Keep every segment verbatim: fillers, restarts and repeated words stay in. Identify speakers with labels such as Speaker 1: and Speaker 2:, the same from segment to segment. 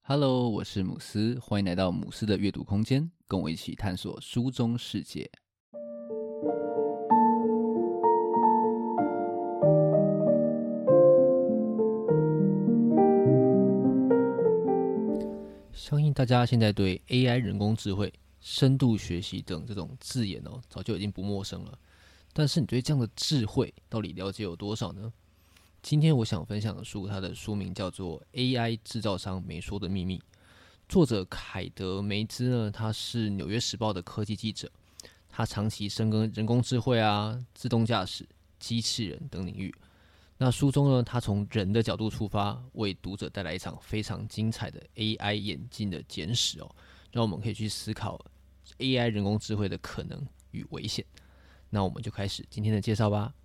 Speaker 1: Hello，我是姆斯，欢迎来到姆斯的阅读空间，跟我一起探索书中世界。相信大家现在对 A I 人工智慧、深度学习等这种字眼哦，早就已经不陌生了。但是你对这样的智慧到底了解有多少呢？今天我想分享的书，它的书名叫做《A I 制造商没说的秘密》，作者凯德梅兹呢，他是纽约时报的科技记者，他长期深耕人工智慧啊、自动驾驶、机器人等领域。那书中呢，他从人的角度出发，为读者带来一场非常精彩的 A I 演进的简史哦，让我们可以去思考 A I 人工智慧的可能与危险。那我们就开始今天的介绍吧。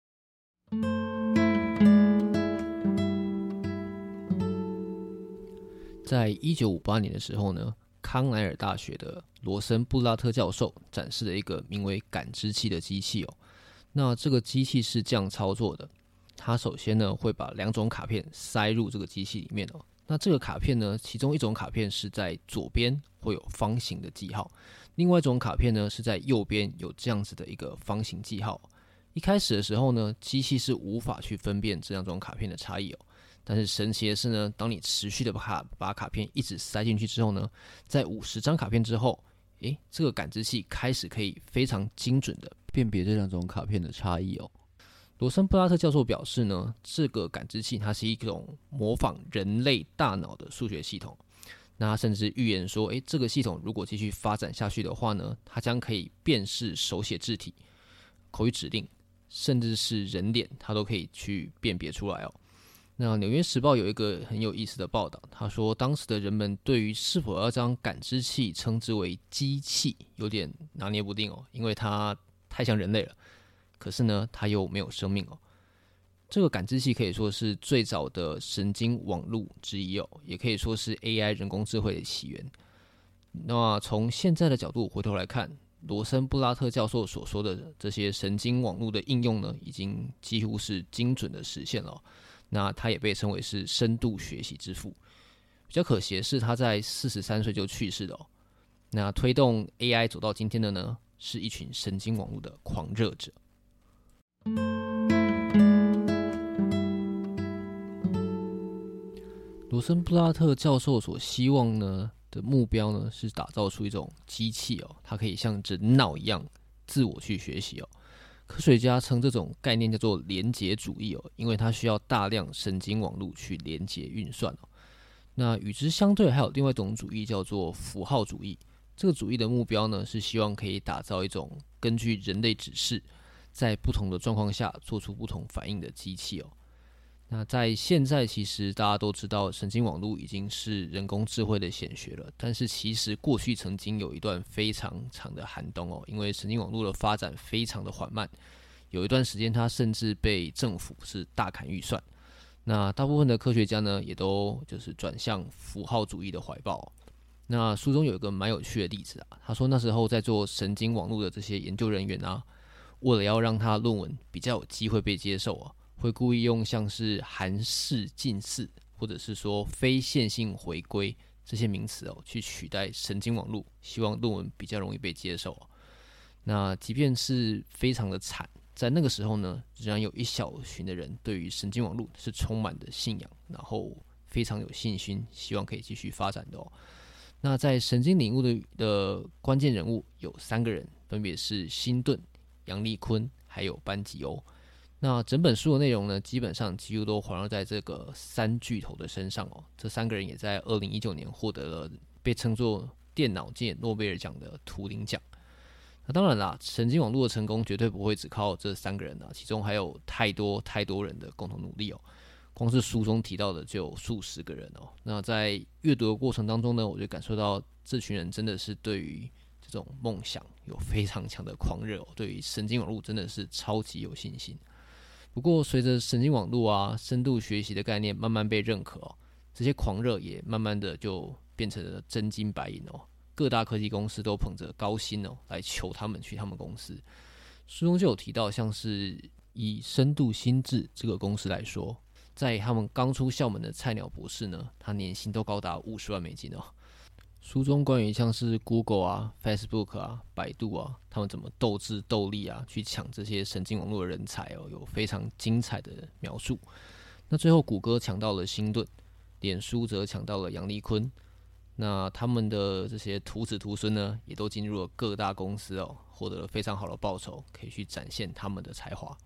Speaker 1: 在一九五八年的时候呢，康奈尔大学的罗森布拉特教授展示了一个名为感知器的机器哦。那这个机器是这样操作的，它首先呢会把两种卡片塞入这个机器里面哦。那这个卡片呢，其中一种卡片是在左边会有方形的记号，另外一种卡片呢是在右边有这样子的一个方形记号。一开始的时候呢，机器是无法去分辨这两种卡片的差异哦。但是神奇的是呢，当你持续的把卡把卡片一直塞进去之后呢，在五十张卡片之后，诶，这个感知器开始可以非常精准的辨别这两种卡片的差异哦。罗森布拉特教授表示呢，这个感知器它是一种模仿人类大脑的数学系统。那他甚至预言说，诶，这个系统如果继续发展下去的话呢，它将可以辨识手写字体、口语指令，甚至是人脸，它都可以去辨别出来哦。那《纽约时报》有一个很有意思的报道，他说当时的人们对于是否要将感知器称之为机器有点拿捏不定哦，因为它太像人类了，可是呢它又没有生命哦。这个感知器可以说是最早的神经网络之一哦，也可以说是 A I 人工智慧的起源。那从现在的角度回头来看，罗森布拉特教授所说的这些神经网络的应用呢，已经几乎是精准的实现了哦。那他也被称为是深度学习之父。比较可惜的是，他在四十三岁就去世了哦。那推动 A I 走到今天的呢，是一群神经网络的狂热者。罗森布拉特教授所希望呢的目标呢，是打造出一种机器哦，它可以像人脑一样自我去学习哦。科学家称这种概念叫做连结主义哦，因为它需要大量神经网络去连结运算哦。那与之相对，还有另外一种主义叫做符号主义。这个主义的目标呢，是希望可以打造一种根据人类指示，在不同的状况下做出不同反应的机器哦。那在现在，其实大家都知道，神经网络已经是人工智慧的显学了。但是其实过去曾经有一段非常长的寒冬哦，因为神经网络的发展非常的缓慢，有一段时间它甚至被政府是大砍预算。那大部分的科学家呢，也都就是转向符号主义的怀抱哦。那书中有一个蛮有趣的例子啊，他说那时候在做神经网络的这些研究人员啊，为了要让他论文比较有机会被接受啊，会故意用像是函式近似或者是说非线性回归这些名词哦，去取代神经网络，希望论文比较容易被接受哦。那即便是非常的惨，在那个时候呢，仍然有一小群的人对于神经网络是充满的信仰，然后非常有信心，希望可以继续发展的哦。那在神经领悟 的, 的关键人物有三个人，分别是辛顿、杨利坤还有班吉欧。那整本书的内容呢，基本上几乎都环绕在这个三巨头的身上哦。这三个人也在二零一九年获得了被称作电脑界诺贝尔奖的图灵奖。那当然啦，神经网络的成功绝对不会只靠这三个人啊，其中还有太多太多人的共同努力哦。光是书中提到的就有数十个人哦。那在阅读的过程当中呢，我就感受到这群人真的是对于这种梦想有非常强的狂热哦，对于神经网络真的是超级有信心。不过随着神经网络啊、深度学习的概念慢慢被认可哦，这些狂热也慢慢的就变成了真金白银哦。各大科技公司都捧着高薪哦来求他们去他们公司。书中就有提到，像是以深度心智这个公司来说， 在他们刚出校门的菜鸟博士呢，他年薪都高达五十万美金哦。书中关于像是 Google 啊、Facebook 啊、百度啊，他们怎么斗智斗力啊，去抢这些神经网络的人才哦，有非常精彩的描述。那最后谷歌抢到了辛顿，脸书则抢到了杨丽坤。那他们的这些徒子徒孙呢，也都进入了各大公司哦，获得了非常好的报酬，可以去展现他们的才华。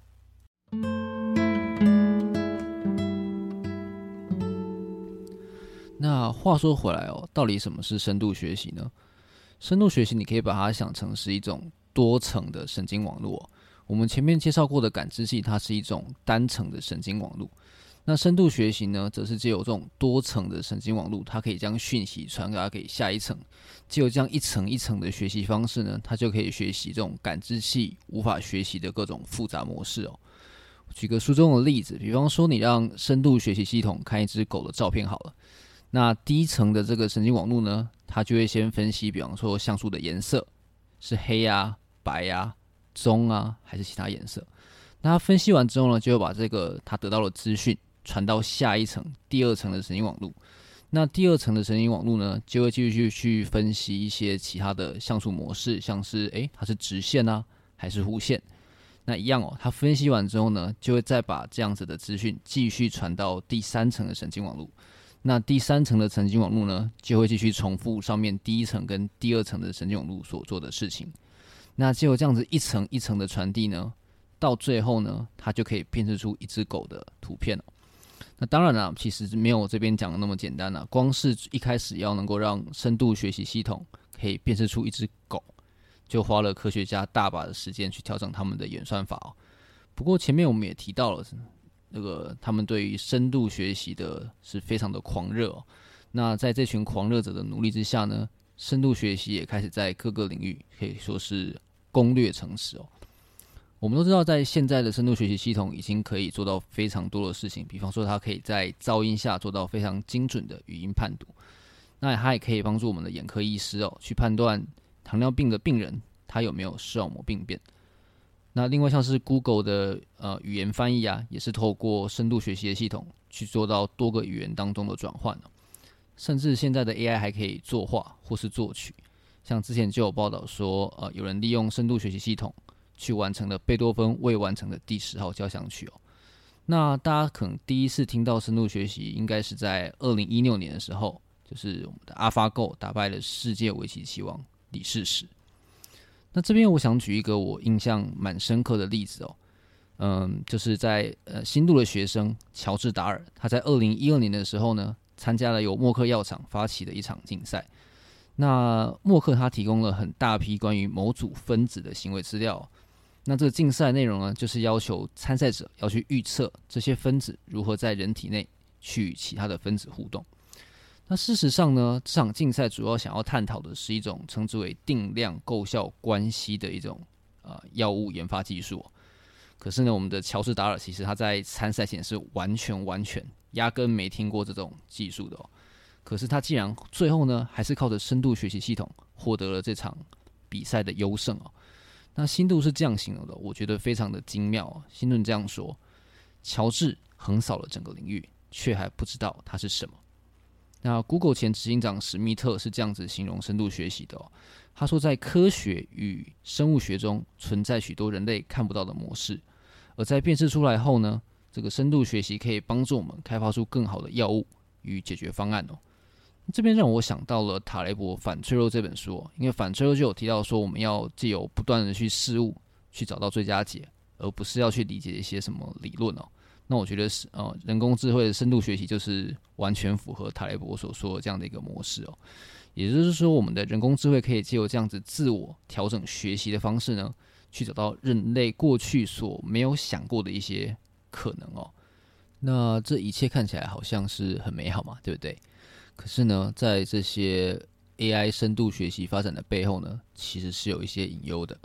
Speaker 1: 那话说回来哦，到底什么是深度学习呢？深度学习你可以把它想成是一种多层的神经网络哦。我们前面介绍过的感知器，它是一种单层的神经网络。那深度学习呢，则是藉由这种多层的神经网络，它可以将讯息传达给下一层。藉由这样一层一层的学习方式呢，它就可以学习这种感知器无法学习的各种复杂模式哦。举个书中的例子，比方说你让深度学习系统看一只狗的照片好了。那第一层的这个神经网络呢，它就会先分析，比方说像素的颜色是黑啊、白啊、棕啊，还是其他颜色。那它分析完之后呢，就会把这个它得到的资讯传到下一层、第二层的神经网络。那第二层的神经网络呢，就会继续去分析一些其他的像素模式，像是诶它是直线啊，还是弧线。那一样哦，它分析完之后呢，就会再把这样子的资讯继续传到第三层的神经网络。那第三层的神经网络呢，就会继续重复上面第一层跟第二层的神经网络所做的事情。那只有这样子一层一层的传递呢，到最后呢，它就可以辨识出一只狗的图片了。那当然啦，其实没有我这边讲的那么简单啦。光是一开始要能够让深度学习系统可以辨识出一只狗，就花了科学家大把的时间去调整他们的演算法哦。不过前面我们也提到了，那个他们对于深度学习的是非常的狂热哦。那在这群狂热者的努力之下呢，深度学习也开始在各个领域可以说是攻略城市哦。我们都知道，在现在的深度学习系统已经可以做到非常多的事情，比方说它可以在噪音下做到非常精准的语音判读。那它也可以帮助我们的眼科医师哦，去判断糖尿病的病人他有没有视网膜病变。那另外像是 Google 的呃语言翻译啊，也是透过深度学习的系统去做到多个语言当中的转换哦。甚至现在的 A I 还可以作画或是作曲，像之前就有报道说，呃，有人利用深度学习系统去完成了贝多芬未完成的第十号交响曲哦。那大家可能第一次听到深度学习，应该是在二零一六年的时候，就是我们的 AlphaGo 打败了世界围棋棋王李世石。那这边我想举一个我印象蛮深刻的例子哦，嗯，就是在呃新度的学生乔治达尔，他在二零一二年的时候呢，参加了由默克药厂发起的一场竞赛。那默克他提供了很大批关于某组分子的行为资料哦。那这个竞赛内容呢，就是要求参赛者要去预测这些分子如何在人体内去与其他的分子互动。那事实上呢，这场竞赛主要想要探讨的是一种称之为定量构效关系的一种呃药物研发技术哦。可是呢，我们的乔治达尔其实他在参赛前是完全完全压根没听过这种技术的哦。可是他竟然最后呢，还是靠着深度学习系统获得了这场比赛的优胜哦。那新度是这样形容的，我觉得非常的精妙哦。新度这样说：乔治横扫了整个领域，却还不知道它是什么。那 Google 前执行长史密特是这样子形容深度学习的哦。他说，在科学与生物学中存在许多人类看不到的模式，而在辨识出来后呢，这个深度学习可以帮助我们开发出更好的药物与解决方案哦。这边让我想到了塔雷伯《反脆弱》这本书哦，因为《反脆弱》就有提到说，我们要藉由不断的去试误，去找到最佳解，而不是要去理解一些什么理论哦。那我觉得是呃，人工智慧的深度学习就是完全符合塔雷伯所说的这样的一个模式哦。也就是说，我们的人工智慧可以藉由这样子自我调整学习的方式呢，去找到人类过去所没有想过的一些可能哦。那这一切看起来好像是很美好嘛，对不对？可是呢，在这些 A I 深度学习发展的背后呢，其实是有一些隐忧的。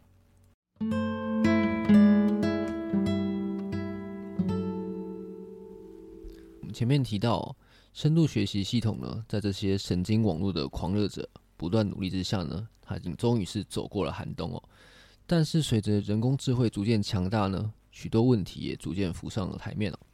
Speaker 1: 我们前面提到哦，深度学习系统呢，在这些神经网络的狂热者不断努力之下呢，它已经终于是走过了寒冬哦。但是随着人工智慧逐渐强大呢，许多问题也逐渐浮上了台面哦。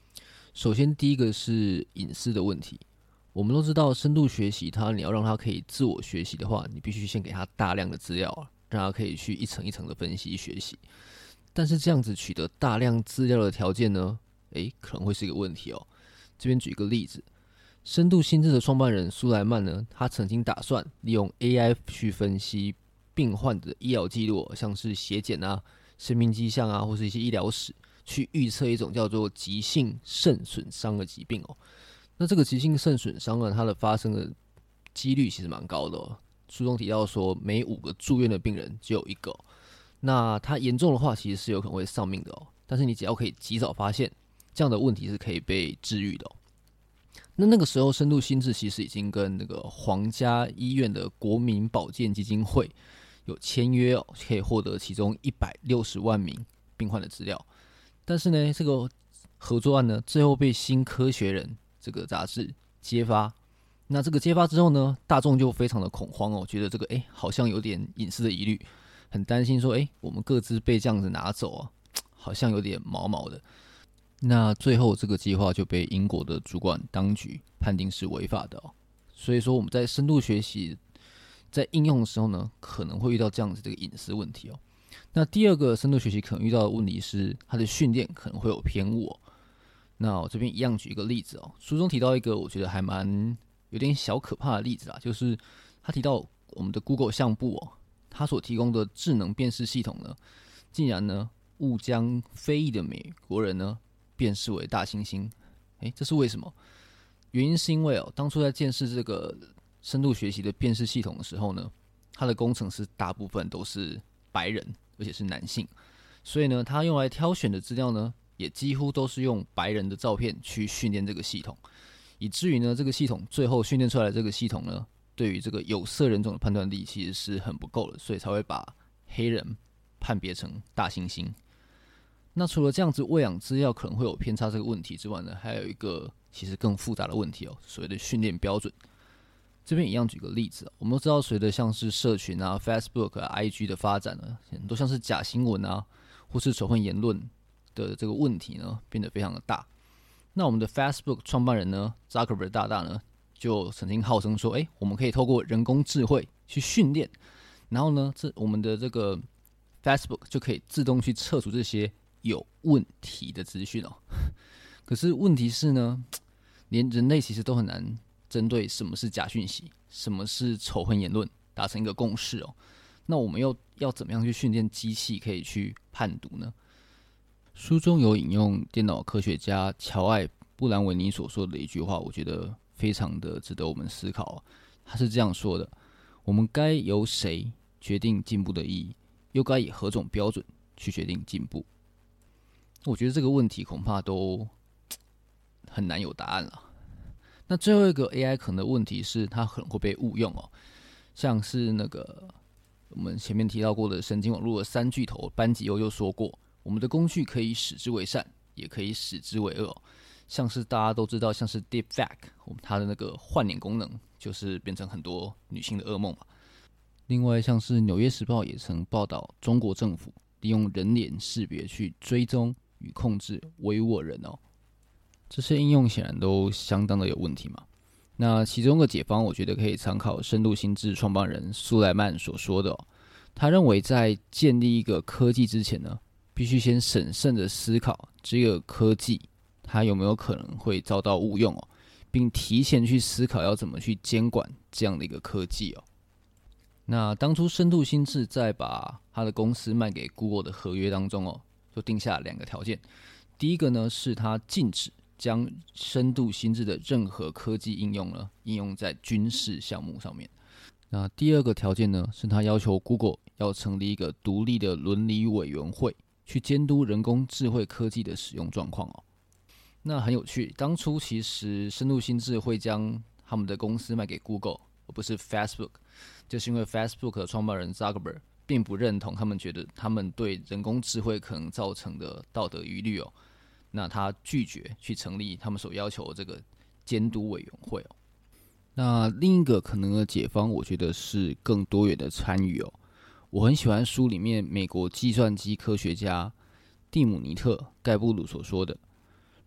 Speaker 1: 首先，第一个是隐私的问题。我们都知道，深度学习它，你要让它可以自我学习的话，你必须先给它大量的资料啊，让它可以去一层一层的分析学习。但是这样子取得大量资料的条件呢，诶，可能会是一个问题哦。这边举一个例子，深度心智的创办人苏莱曼呢，他曾经打算利用 A I 去分析病患的医疗记录，像是血检啊、生命迹象啊，或是一些医疗史，去预测一种叫做急性肾损伤的疾病哦。那这个急性肾损伤呢，它的发生的几率其实蛮高的哦。书中提到说，每五个住院的病人就有一个哦。那它严重的话，其实是有可能会丧命的哦。但是你只要可以及早发现，这样的问题是可以被治愈的哦。那那个时候，深度心智其实已经跟那个皇家医院的国民保健基金会有签约哦，可以获得其中一百六十万名病患的资料。但是呢，这个合作案呢，最后被《新科学人》这个杂志揭发。那这个揭发之后呢，大众就非常的恐慌哦，觉得这个哎好像有点隐私的疑虑，很担心说哎我们各自被这样子拿走啊，好像有点毛毛的。那最后这个计划就被英国的主管当局判定是违法的哦。所以说我们在深度学习在应用的时候呢，可能会遇到这样子这个隐私问题哦。那第二个深度学习可能遇到的问题是，它的训练可能会有偏误哦。那我这边一样举一个例子哦，书中提到一个我觉得还蛮有点小可怕的例子啊，就是他提到我们的 Google 相簿哦，它所提供的智能辨识系统呢，竟然呢误将非裔的美国人呢辨识为大猩猩。诶，这是为什么？原因是因为哦，当初在建设这个深度学习的辨识系统的时候呢，它的工程师大部分都是白人，而且是男性，所以呢，他用来挑选的资料呢，也几乎都是用白人的照片去训练这个系统，以至于呢，这个系统最后训练出来的这个系统呢，对于这个有色人种的判断力其实是很不够的，所以才会把黑人判别成大猩猩。那除了这样子喂养资料可能会有偏差这个问题之外呢，还有一个其实更复杂的问题哦，所谓的训练标准。这边一样举个例子，我们都知道随着像是社群啊、Facebook 啊、I G 的发展呢，很多像是假新闻啊，或是仇恨言论的这个问题呢，变得非常的大。那我们的 Facebook 创办人呢 Zuckerberg 大大呢，就曾经号称说，哎，我们可以透过人工智慧去训练，然后呢，这我们的这个 Facebook 就可以自动去撤除这些有问题的资讯哦。可是问题是呢，连人类其实都很难针对什么是假讯息，什么是仇恨言论达成一个共识哦。那我们又要怎么样去训练机器可以去判读呢？书中有引用电脑科学家乔艾·布兰维尼所说的一句话，我觉得非常的值得我们思考哦。他是这样说的：我们该由谁决定进步的意义，又该以何种标准去决定进步？我觉得这个问题恐怕都很难有答案了。那最后一个 A I 可能的问题是，它可能会被误用哦，像是那个我们前面提到过的神经网络的三巨头班吉欧就说过，我们的工具可以使之为善，也可以使之为恶哦。像是大家都知道，像是 Deepfake， 它的那个换脸功能，就是变成很多女性的噩梦嘛。另外，像是《纽约时报》也曾报道，中国政府利用人脸识别去追踪与控制维吾尔人哦。这些应用显然都相当的有问题嘛。那其中的解方，我觉得可以参考深度心智创办人苏莱曼所说的哦。他认为，在建立一个科技之前呢，必须先审慎的思考这个科技它有没有可能会遭到误用哦，并提前去思考要怎么去监管这样的一个科技哦。那当初深度心智在把他的公司卖给 Google 的合约当中哦，就定下两个条件。第一个呢，是他禁止将深度心智的任何科技应用呢，应用在军事项目上面。那第二个条件呢，是他要求 Google 要成立一个独立的伦理委员会，去监督人工智慧科技的使用状况哦。那很有趣，当初其实深度心智会将他们的公司卖给 Google， 而不是 Facebook， 就是因为 Facebook 的创办人 Zuckerberg 并不认同，他们觉得他们对人工智慧可能造成的道德疑虑哦。那他拒绝去成立他们所要求的这个监督委员会哦。那另一个可能的解方，我觉得是更多元的参与哦。我很喜欢书里面美国计算机科学家蒂姆尼特·盖布鲁所说的：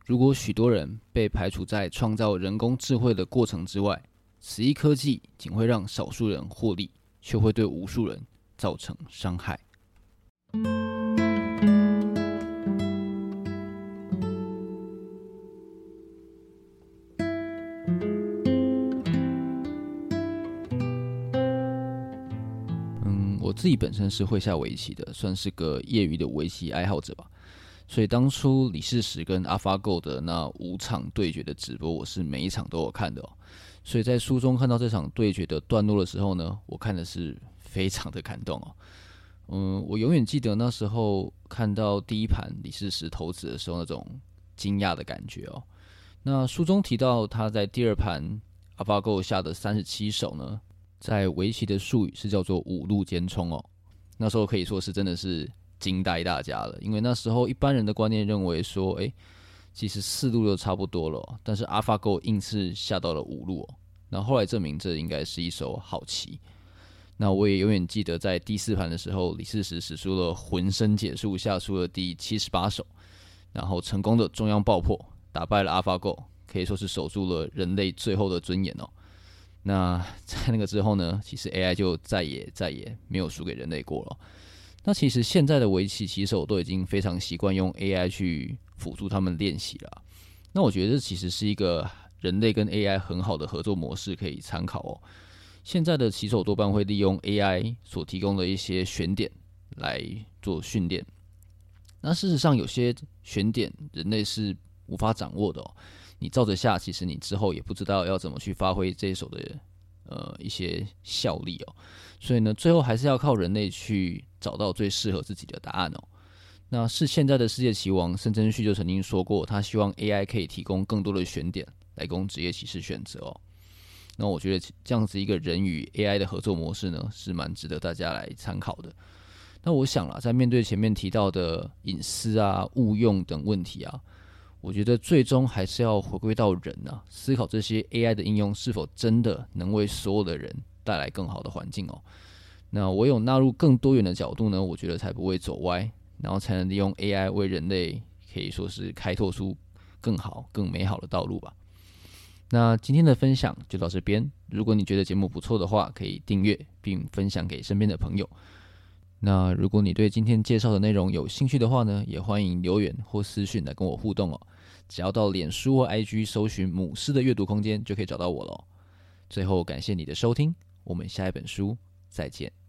Speaker 1: 如果许多人被排除在创造人工智慧的过程之外，此一科技仅会让少数人获利，却会对无数人造成伤害。嗯，我自己本身是会下围棋的，算是个业余的围棋爱好者吧。所以当初李世石跟 AlphaGo 的那五场对决的直播，我是每一场都有看的哦。所以在书中看到这场对决的段落的时候呢，我看的是非常的感动哦。嗯，我永远记得那时候看到第一盘李世石投子的时候那种惊讶的感觉哦。那书中提到他在第二盘 AlphaGo 下的三十七手呢，在围棋的术语是叫做五路兼冲哦。那时候可以说是真的是惊呆大家了，因为那时候一般人的观念认为说，哎，其实四路就差不多了哦，但是 AlphaGo 硬是下到了五路哦。那后来证明这应该是一手好棋。那我也永远记得在第四盘的时候，李世石使出了浑身解数，下出了第七十八手，然后成功的中央爆破，打败了 AlphaGo， 可以说是守住了人类最后的尊严哦。那在那个之后呢，其实 A I 就再也再也没有输给人类过了。那其实现在的围棋棋手都已经非常习惯用 A I 去辅助他们练习了。那我觉得这其实是一个人类跟 A I 很好的合作模式，可以参考哦。现在的棋手多半会利用 A I 所提供的一些选点来做训练。那事实上有些选点人类是无法掌握的哦。你照着下，其实你之后也不知道要怎么去发挥这一手的呃一些效力哦。所以呢，最后还是要靠人类去找到最适合自己的答案哦。那是现在的世界棋王申真谞就曾经说过，他希望 A I 可以提供更多的选点来供职业棋士选择哦。那我觉得这样子一个人与 A I 的合作模式呢，是蛮值得大家来参考的。那我想啦，在面对前面提到的隐私啊、误用等问题啊，我觉得最终还是要回归到人啊，思考这些 A I 的应用是否真的能为所有的人带来更好的环境哦。那唯有纳入更多元的角度呢，我觉得才不会走歪，然后才能利用 A I 为人类可以说是开拓出更好、更美好的道路吧。那今天的分享就到这边，如果你觉得节目不错的话，可以订阅并分享给身边的朋友。那如果你对今天介绍的内容有兴趣的话呢，也欢迎留言或私讯来跟我互动哦。只要到脸书或 I G 搜寻姆斯的阅读空间就可以找到我了哦。最后感谢你的收听，我们下一本书再见。